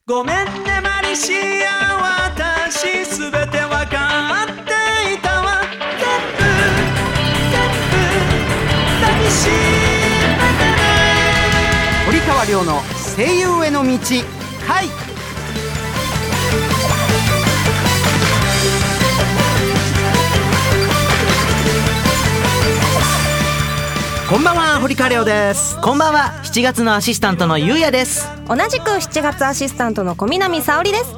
ごめんねマリシア、私すべてわかっていたわ。全部抱きしめてね。 堀川亮の声優への道回。こんばんは、堀川亮です。 こんばんは、7月のアシスタントのゆうやです。 同じく7月アシスタントの小南沙織です。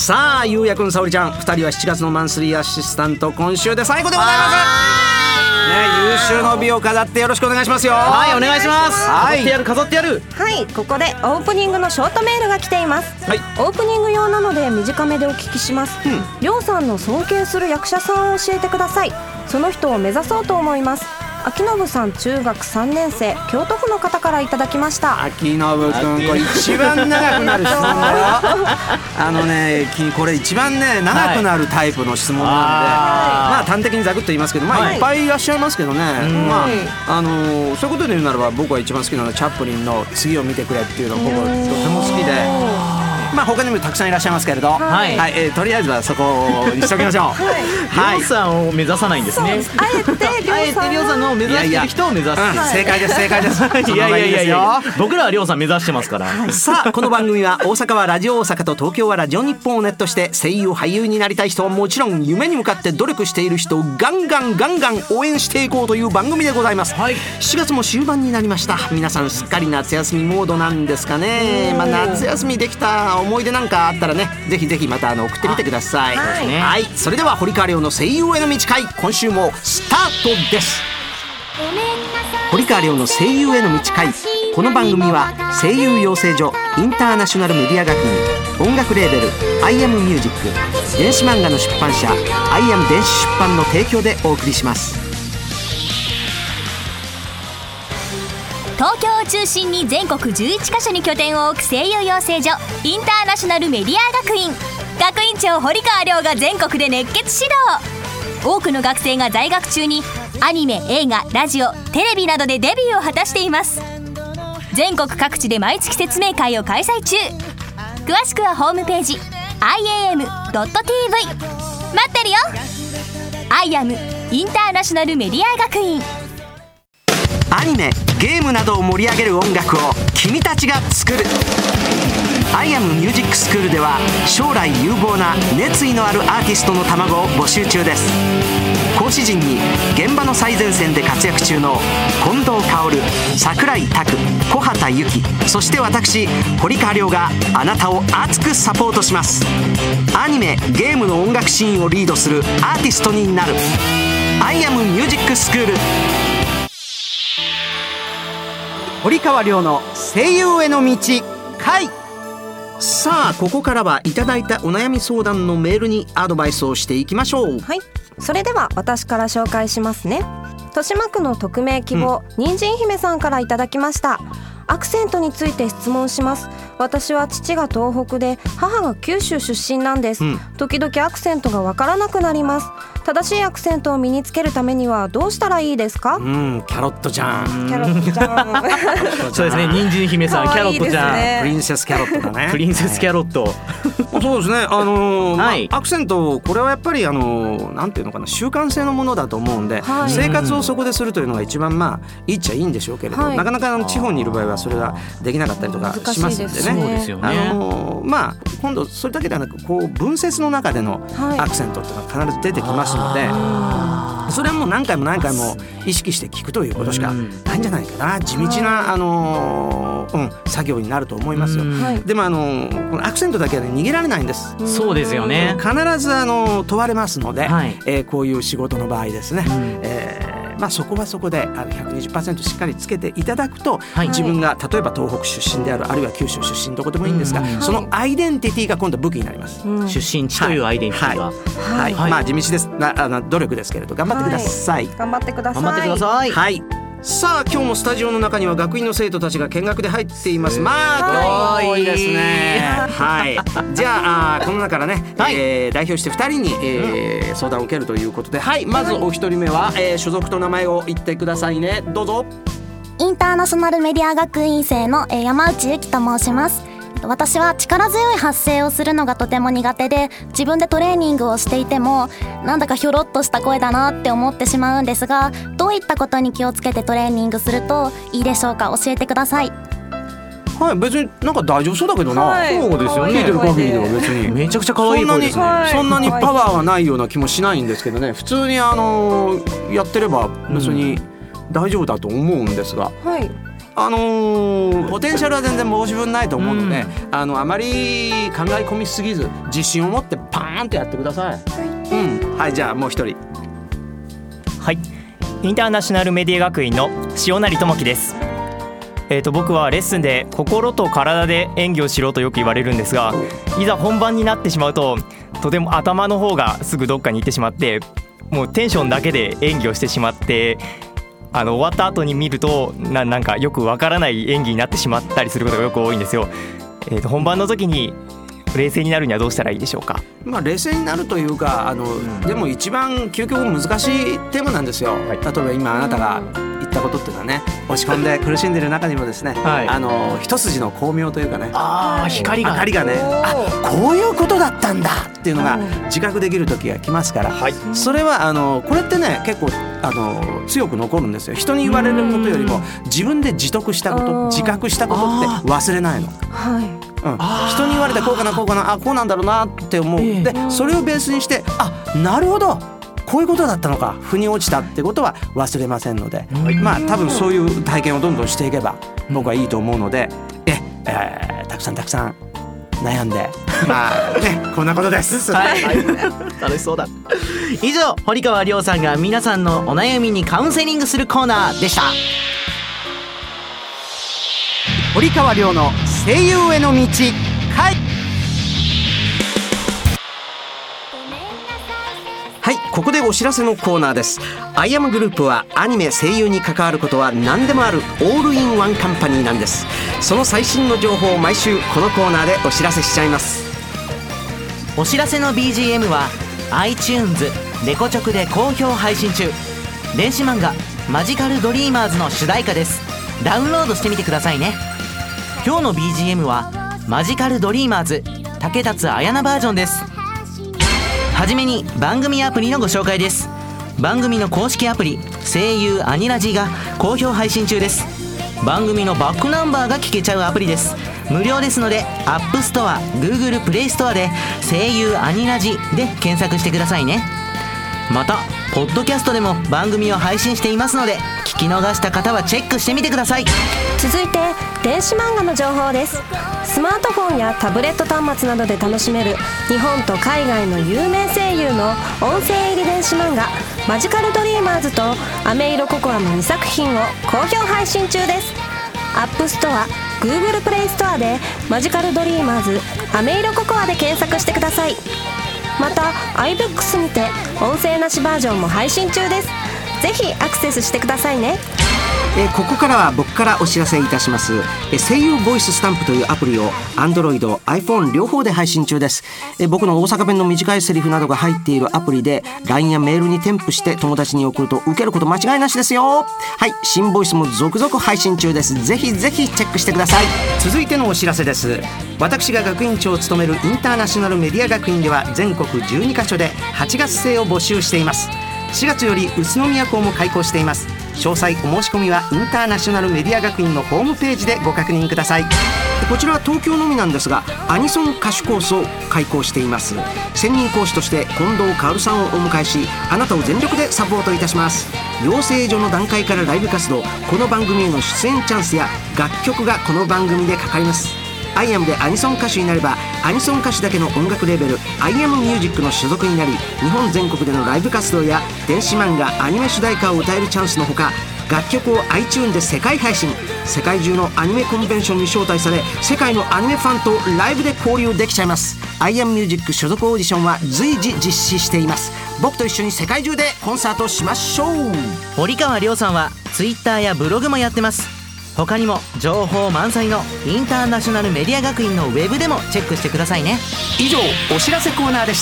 さあ、ゆうやくん、沙織ちゃん、2人は7月のマンスリーアシスタント、今週で最後でございますね。優秀の美を飾ってよろしくお願いしますよ。 はい、お願いします。 はい、 飾ってやる、飾ってやる。 はい、ここでオープニングのショートメールが来ています、 はい、 オープニング用なので短めでお聞きします。りょうさんの尊敬する役者さんを教えてください。その人を目指そうと思います。秋信さん、中学3年生、京都府の方からいただきました。 秋信くん、これ一番長くなる質問だよ。これ一番ね長くなるタイプの質問なんで、まあ端的にざくっと言いますけど、まあいっぱいいらっしゃいますけどね、まあそういうことで言うならば、僕は一番好きなのはチャップリンの次を見てくれっていうのが僕とても好きで、まあ他にもたくさんいらっしゃいますけれど、はいはい、とりあえずはそこにしておきましょう。 はい、りょうさんを目指さないんですね。 あえてりょうさんを目指してる人を目指してる。 正解です、正解です。 いや僕らはりょうさん目指してますから。 さあ、この番組は大阪はラジオ大阪と東京はラジオ日本をネットして、声優俳優になりたい人はもちろん、夢に向かって努力している人をガンガン応援していこうという番組でございます。はい、7月も終盤になりました。皆さんすっかり夏休みモードなんですかね。まあ夏休みできた思い出なんかあったらね、ぜひぜひまた送ってみてください。はい、それでは堀川亮の声優への道会、今週もスタートです。堀川亮の声優への道会。この番組は声優養成所インターナショナルメディア学院、音楽レーベル I am Music、 電子漫画の出版社 I am 電子出版の提供でお送りします。 東京を中心に全国11カ所に拠点を置く声優養成所インターナショナルメディア学院、学院長堀川亮が全国で熱血指導。多くの学生が在学中にアニメ、映画、ラジオ、テレビなどでデビューを果たしています。全国各地で毎月説明会を開催中。詳しくはホームページ iam.tv。 待ってるよ。 I am インターナショナルメディア学院。 アニメ、ゲームなどを盛り上げる音楽を君たちが作る。 I am Music School では将来有望な熱意のあるアーティストの卵を募集中です。講師陣に現場の最前線で活躍中の近藤薫、櫻井拓、小畑由紀、そして私堀川亮があなたを熱くサポートします。アニメ、ゲームの音楽シーンをリードするアーティストになる。 I am Music School。堀川亮の声優への道回。さあ、ここからはいただいたお悩み相談のメールにアドバイスをしていきましょう。 はい、それでは私から紹介しますね。豊島区の匿名希望、人参姫さんからいただきました。アクセントについて質問します。私は父が東北で母が九州出身なんです、時々アクセントがわからなくなります。正しいアクセントを身につけるためにはどうしたらいいですか？ キャロットちゃん。 キャロットちゃんそうですね、人参姫さん、キャロットちゃん、 プリンセスキャロットだね。 プリンセスキャロットそうですね、 はい、 アクセント、これはやっぱりなんていうのかな、習慣性のものだと思うんで、 はい、 生活をそこでするというのが一番いいっちゃいいんでしょうけれど、 はい、 なかなか地方にいる場合はそれができなかったりとかしますんでね。 そうですよね。 今度それだけではなく、文節の中でのアクセントっていうのは必ず出てきますので、それはもう何回も意識して聞くということしかないんじゃないかな。地道な作業になると思いますよ。でもこのアクセントだけは逃げられないんです。 そうですよね。 必ず問われますので、こういう仕事の場合ですね、そこはそこで120% しっかりつけていただくと、自分が例えば東北出身である、あるいは九州出身、どこでもいいんですが、そのアイデンティティが今度武器になります。 出身地というアイデンティティが、 地道です、努力ですけれど頑張ってください。 頑張ってください。 頑張ってください。 はい。さあ、今日もスタジオの中には学院の生徒たちが見学で入っています。多いですね。はい。じゃあこの中からね、代表して2人に、相談を受けるということで、まずお一人目は、所属と名前を言ってくださいね。どうぞ。 インターナショナルメディア学院生の山内ゆきと申します。 私は力強い発声をするのがとても苦手で、自分でトレーニングをしていてもなんだかひょろっとした声だなって思ってしまうんですが、どういったことに気をつけてトレーニングするといいでしょうか？教えてください。 はい、別になんか大丈夫そうだけどな、 はい、 そうですよね。 聞いてる限りでは別にめちゃくちゃ可愛い声ですね。 そんなにパワーはないような気もしないんですけどね、普通にやってれば別に大丈夫だと思うんですが、 はい、 ポテンシャルは全然申し分ないと思うので、あまり考え込みすぎず自信を持ってパーンとやってください。はい、じゃあもう一人。 はい、インターナショナルメディア学院の塩成智樹です。僕はレッスンで心と体で演技をしろとよく言われるんですが、いざ本番になってしまうととても頭の方がすぐどっかに行ってしまって、もうテンションだけで演技をしてしまって、終わった後に見るとなんかよくわからない演技になってしまったりすることがよく多いんですよ。本番の時に冷静になるにはどうしたらいいでしょうか？ 冷静になるというかでも一番究極難しいテーマなんですよ。例えば今あなたが言ったことっていうのはね、落ち込んで苦しんでる中にもですね、一筋の光明というかね、光がね、こういうことだったんだっていうのが自覚できる時が来ますから、それはこれってね結構強く残るんですよ。人に言われることよりも自分で自得したこと自覚したことって忘れないの。人に言われてこうかなこうなんだろうなって思う。でそれをベースにしてなるほどこういうことだったのか、腑に落ちたってことは忘れませんので、多分そういう体験をどんどんしていけば僕はいいと思うので、たくさん悩んでこんなことです。 楽しそうだ。以上、堀川亮さんが皆さんのお悩みにカウンセリングするコーナーでした。 堀川亮の声優への道。はい、ここでお知らせのコーナーです。アイアムグループはアニメ声優に関わることは何でもあるオールインワンカンパニーなんです。その最新の情報を毎週このコーナーでお知らせしちゃいます。 お知らせの BGM は iTunes レコチョクで好評配信中。電子漫画マジカルドリーマーズの主題歌です。ダウンロードしてみてくださいね。今日の BGM はマジカルドリーマーズ竹達彩奈バージョンです。はじめに番組アプリのご紹介です。番組の公式アプリ声優アニラジが好評配信中です。番組のバックナンバーが聞けちゃうアプリです。無料ですので App Store、Google Play Store で声優アニラジで検索してくださいね。またポッドキャストでも番組を配信していますので、聞き逃した方はチェックしてみてください。 続いて電子漫画の情報です。スマートフォンやタブレット端末などで楽しめる日本と海外の有名声優の音声入り電子漫画マジカルドリーマーズとアメイロココアの2作品を好評配信中です。アップストア、Google プレイストアでマジカルドリーマーズアメイロココアで検索してください。また iBooks にて音声なしバージョンも配信中です。ぜひアクセスしてくださいね。 ここからは僕からお知らせいたします。声優ボイススタンプというアプリを Android、iPhone 両方で配信中です。僕の大阪弁の短いセリフなどが入っているアプリで LINE やメールに添付して友達に送ると受けること間違いなしですよ。はい、新ボイスも続々配信中です。ぜひぜひチェックしてください。続いてのお知らせです。私が学院長を務めるインターナショナルメディア学院では全国12カ所で8月生を募集しています。4月より宇都宮校も開校しています。詳細お申し込みはインターナショナルメディア学院のホームページでご確認ください。こちらは東京のみなんですがアニソン歌手コースを開講しています。専任講師として近藤薫さんをお迎えし、あなたを全力でサポートいたします。養成所の段階からライブ活動、この番組への出演チャンスや楽曲がこの番組でかかります。アイアムでアニソン歌手になればアニソン歌手だけの音楽レーベルアイアムミュージックの所属になり、日本全国でのライブ活動や電子漫画アニメ主題歌を歌えるチャンスのほか、楽曲を iTunes で世界配信、世界中のアニメコンベンションに招待され世界のアニメファンとライブで交流できちゃいます。アイアムミュージック所属オーディションは随時実施しています。僕と一緒に世界中でコンサートしましょう。 堀川亮さんは Twitter やブログもやってます。他にも情報満載のインターナショナルメディア学院のウェブでもチェックしてくださいね。 以上お知らせコーナーでした。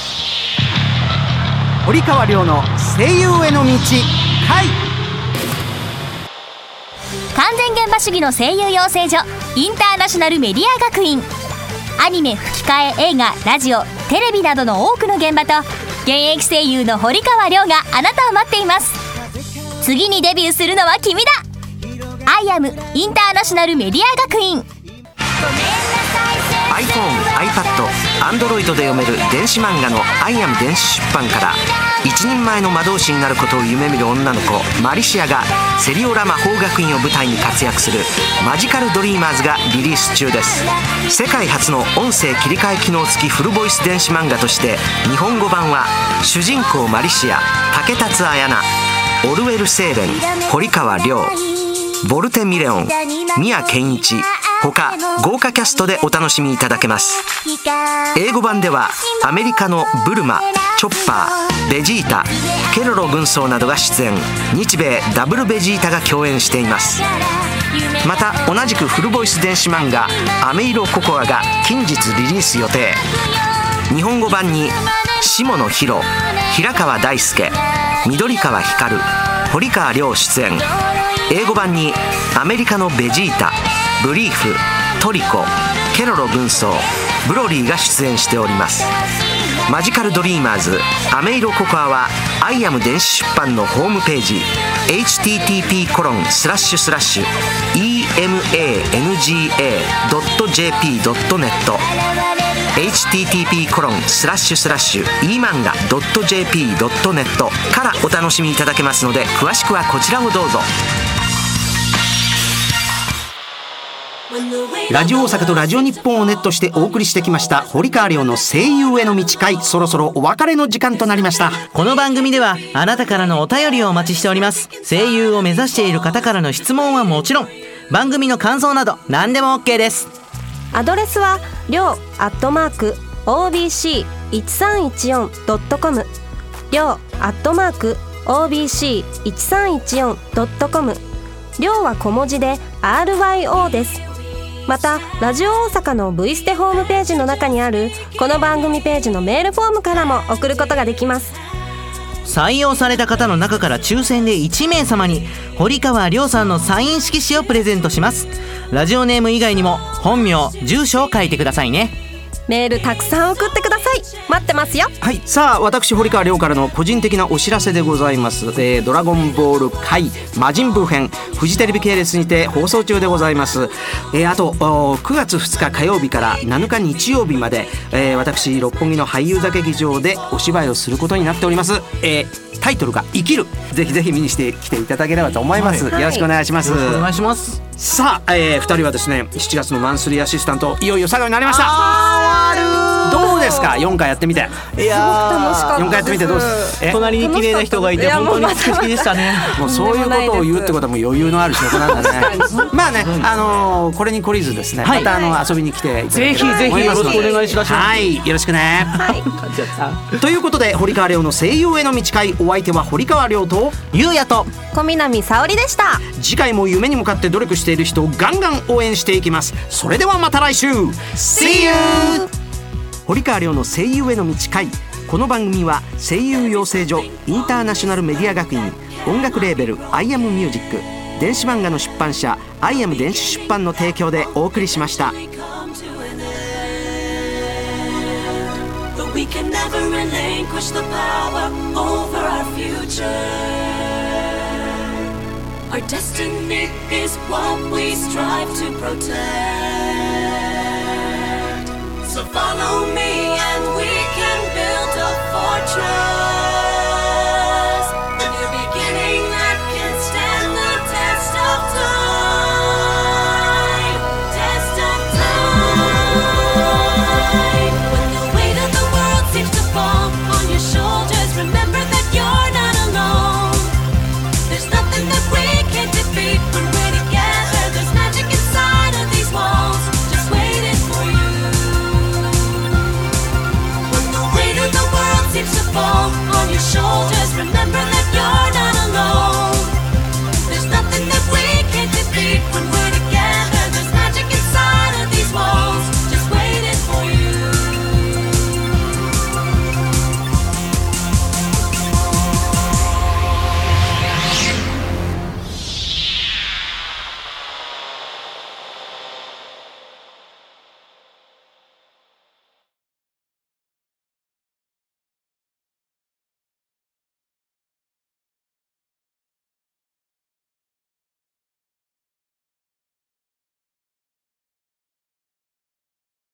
堀川亮の声優への道。 関完全現場主義の声優養成所インターナショナルメディア学院。アニメ、吹き替え、映画、ラジオ、テレビなどの多くの現場と現役声優の堀川亮があなたを待っています。次にデビューするのは君だ。アイアムインターナショナルメディア学院。 iPhone、iPad、Android で読める電子漫画のアイアム電子出版から一人前の魔導士になることを夢見る女の子マリシアがセリオラ魔法学院を舞台に活躍するマジカルドリーマーズがリリース中です。世界初の音声切り替え機能付きフルボイス電子漫画として日本語版は主人公マリシア、竹達彩奈、オルウェル・セーレン、堀川亮、ボルテ・ミレオン、宮健一他豪華キャストでお楽しみいただけます。英語版ではアメリカのブルマ、チョッパー、ベジータ、ケロロ軍曹などが出演。日米ダブルベジータが共演しています。また同じくフルボイス電子漫画アメイロココアが近日リリース予定。日本語版に下野紘、平川大輔、緑川光、堀川亮出演。英語版にアメリカのベジータ、ブリーフ、トリコ、ケロロ軍曹、ブロリーが出演しております。マジカルドリーマーズアメイロココアはアイアム電子出版のホームページ http://emanga.jp.net http://emanga.jp.net からお楽しみいただけますので、詳しくはこちらをどうぞ。ラジオ大阪とラジオ日本をネットしてお送りしてきました堀川亮の声優への道会、そろそろお別れの時間となりました。 この番組ではあなたからのお便りをお待ちしております。声優を目指している方からの質問はもちろん、番組の感想など何でも OK です。 アドレスはりょう@obc1314.com りょう@obc1314.com りょうは小文字で RYO です。またラジオ大阪の V ステホームページの中にあるこの番組ページのメールフォームからも送ることができます。 採用された方の中から抽選で1名様に堀川亮さんのサイン色紙をプレゼントします。ラジオネーム以外にも本名、住所を書いてくださいね。 メールたくさん送ってください。待ってますよ。 はい、さあ私堀川亮からの個人的なお知らせでございます。ドラゴンボール界魔人ブー編フジテレビ系列にて放送中でございます。あと9月2日火曜日から7日日曜日まで、私六本木の俳優座劇場でお芝居をすることになっております。タイトルが生きる。ぜひぜひ見にしてきていただければと思います。よろしくお願いします。 よろしくお願いします。 さあ、2人はですね7月のマンスリーアシスタントいよいよ最後になりました。どうですか4回やってみて。 いや 4回やってみてどうですか。 隣に綺麗な人がいて本当に素敵でしたね。 もうそういうことを言うってことはもう余裕のある証拠なんだね。まあね、これに懲りずですね、また遊びに来ていただければと思いますので、 ぜひぜひよろしくお願いします。 はい、よろしくね。ということで堀川亮の声優への道会、お相手は堀川亮とゆうやと小南沙織でした。 次回も夢に向かって努力している人をガンガン応援していきます。それではまた来週 See you。 堀川亮の声優への道会。この番組は声優養成所インターナショナルメディア学院、音楽レーベルアイアムミュージック、電子漫画の出版社アイアム電子出版の提供でお送りしました。 We can never relinquish the power over our future. Our destiny is what we strive to protect.